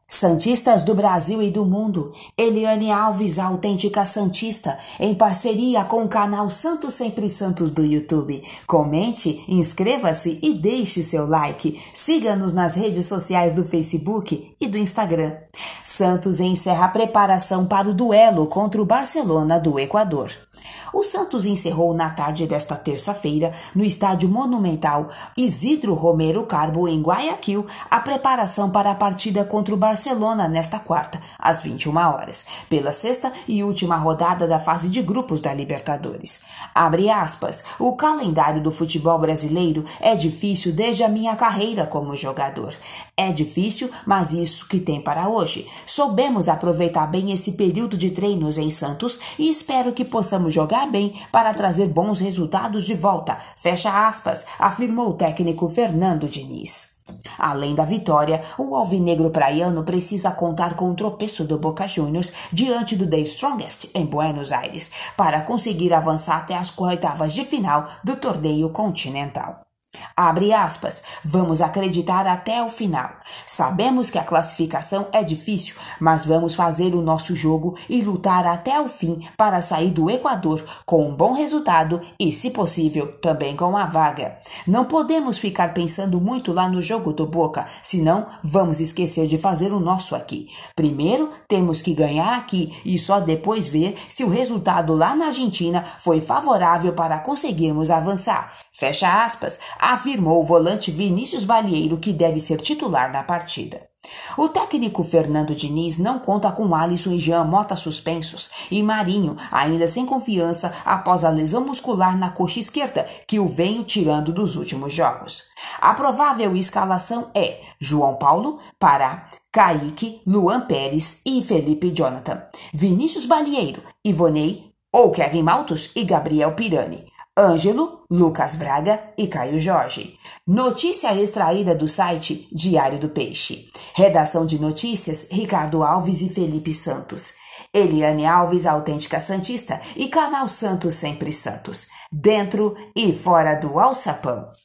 Santistas do Brasil e do mundo, Eliane Alves, a autêntica santista, em parceria com o canal Santos Sempre Santos do YouTube. Comente, inscreva-se e deixe seu like. Siga-nos nas redes sociais do Facebook e do Instagram. Santos encerra a preparação para o duelo contra o Barcelona do Equador. O Santos encerrou na tarde desta terça-feira, no estádio monumental Isidro Romero Carbo, em Guayaquil, a preparação para a partida contra o Barcelona nesta quarta, às 21 horas, pela sexta e última rodada da fase de grupos da Libertadores. Abre aspas, o calendário do futebol brasileiro é difícil desde a minha carreira como jogador. É difícil, mas isso que tem para hoje. Soubemos aproveitar bem esse período de treinos em Santos e espero que possamos jogar bem para trazer bons resultados de volta, fecha aspas, afirmou o técnico Fernando Diniz. Além da vitória, o alvinegro praiano precisa contar com o tropeço do Boca Juniors diante do The Strongest em Buenos Aires para conseguir avançar até as oitavas de final do torneio continental. Abre aspas, vamos acreditar até o final. Sabemos que a classificação é difícil, mas vamos fazer o nosso jogo e lutar até o fim para sair do Equador com um bom resultado e, se possível, também com a vaga. Não podemos ficar pensando muito lá no jogo do Boca, senão vamos esquecer de fazer o nosso aqui. Primeiro, temos que ganhar aqui e só depois ver se o resultado lá na Argentina foi favorável para conseguirmos avançar. Fecha aspas, afirmou o volante Vinícius Balieiro, que deve ser titular na partida. O técnico Fernando Diniz não conta com Alisson e Jean Mota suspensos e Marinho ainda sem confiança após a lesão muscular na coxa esquerda que o vem tirando dos últimos jogos. A provável escalação é João Paulo, Pará, Kaique, Luan Pérez e Felipe Jonathan, Vinícius Balieiro, Ivonei ou Kevin Maltos e Gabriel Pirani. Ângelo, Lucas Braga e Caio Jorge. Notícia extraída do site Diário do Peixe. Redação de notícias, Ricardo Alves e Felipe Santos. Eliane Alves, autêntica santista, e canal Santos Sempre Santos. Dentro e fora do alçapão.